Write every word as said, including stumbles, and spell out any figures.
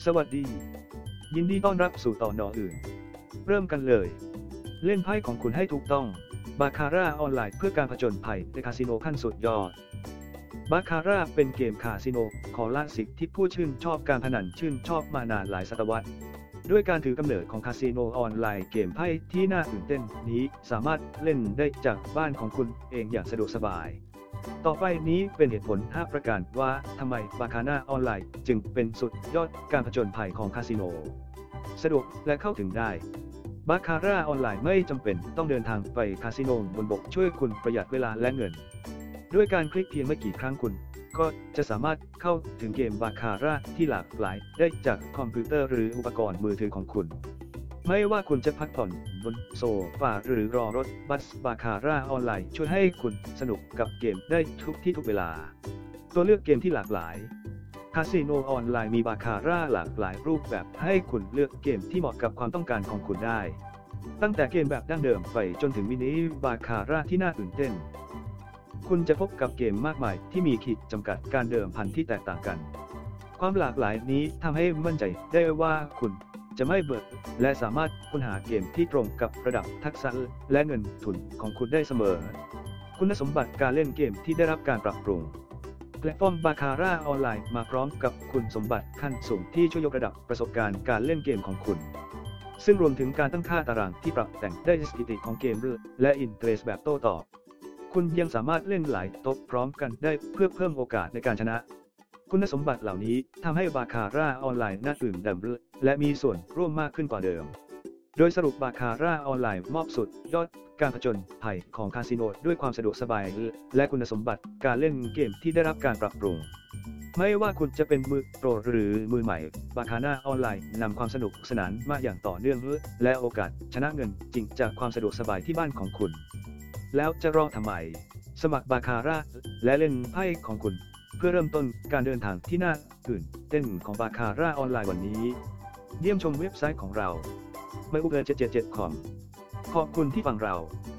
สวัสดียินดีต้อนรับสู่ตอนอื่นเริ่มกันเลยเล่นไพ่ของคุณให้ถูกต้องบาคาร่าออนไลน์เพื่อการผจญภัยในคาสิโนขั้นสุดยอดบาคาร่าเป็นเกมคาสิโนคลาสสิกที่ผู้ชื่นชอบการพนันชื่นชอบมานานหลายศตวรรษด้วยการถือกำเนิดของคาสิโนออนไลน์เกมไพ่ที่น่าตื่นเต้นนี้สามารถเล่นได้จากบ้านของคุณเองอย่างสะดวกสบายต่อไปนี้เป็นเหตุผลห้าประการว่าทำไมบาคาร่าออนไลน์จึงเป็นสุดยอดการผจญภัยของคาสิโนสะดวกและเข้าถึงได้บาคาร่าออนไลน์ไม่จำเป็นต้องเดินทางไปคาสิโนบนบกช่วยคุณประหยัดเวลาและเงินด้วยการคลิกเพียงไม่กี่ครั้งคุณก็จะสามารถเข้าถึงเกมบาคาร่าที่หลากหลายได้จากคอมพิวเตอร์หรืออุปกรณ์มือถือของคุณไม่ว่าคุณจะพักผ่อนบนโซฟาหรือรอรถบัสบาคาร่าออนไลน์ช่วยให้คุณสนุกกับเกมได้ทุกที่ทุกเวลาตัวเลือกเกมที่หลากหลายคาสิโนออนไลน์มีบาคาร่าหลากหลายรูปแบบให้คุณเลือกเกมที่เหมาะกับความต้องการของคุณได้ตั้งแต่เกมแบบดั้งเดิมไปจนถึงมินิบาคาร่าที่น่าตื่นเต้นคุณจะพบกับเกมมากมายที่มีขีดจำกัดการเดิมพันที่แตกต่างกันความหลากหลายนี้ทำให้มั่นใจได้ว่าคุณจะไม่เบื่อและสามารถค้นหาเกมที่ตรงกับระดับทักษะและเงินทุนของคุณได้เสมอคุณสมบัติการเล่นเกมที่ได้รับการปรับปรุงแพลตฟอร์มบาคาร่าออนไลน์มาพร้อมกับคุณสมบัติขั้นสูงที่ช่วยยกระดับประสบการณ์การเล่นเกมของคุณซึ่งรวมถึงการตั้งค่าตารางที่ปรับแต่งได้สถิติของเกมและอินเทรสแบบโต้ตอบคุณยังสามารถเล่นหลายโต๊ะพร้อมกันได้เพื่อเพิ่มโอกาสในการชนะคุณสมบัติเหล่านี้ทำให้บาคาร่าออนไลน์น่าตื่นเต้นและมีส่วนร่วมมากขึ้นกว่าเดิมโดยสรุปบาคาร่าออนไลน์มอบสุดยอดการผจญภัยของคาสิโนด้วยความสะดวกสบายและคุณสมบัติการเล่นเกมที่ได้รับการปรับปรุงไม่ว่าคุณจะเป็นมือโปรหรือมือใหม่บาคาร่าออนไลน์นำความสนุกสนานมาอย่างต่อเนื่องและโอกาสชนะเงินจริงจากความสะดวกสบายที่บ้านของคุณแล้วจะรอทำไมสมัครบาคาร่าและเล่นไพ่ของคุณเพื่อเริ่มต้นการเดินทางที่น่าตื่นเต้นของบาคาร่าออนไลน์วันนี้เยี่ยมชมเว็บไซต์ของเรา ไม อู เจ็ด เจ็ด เจ็ด คอม ขอบคุณที่ฟังเรา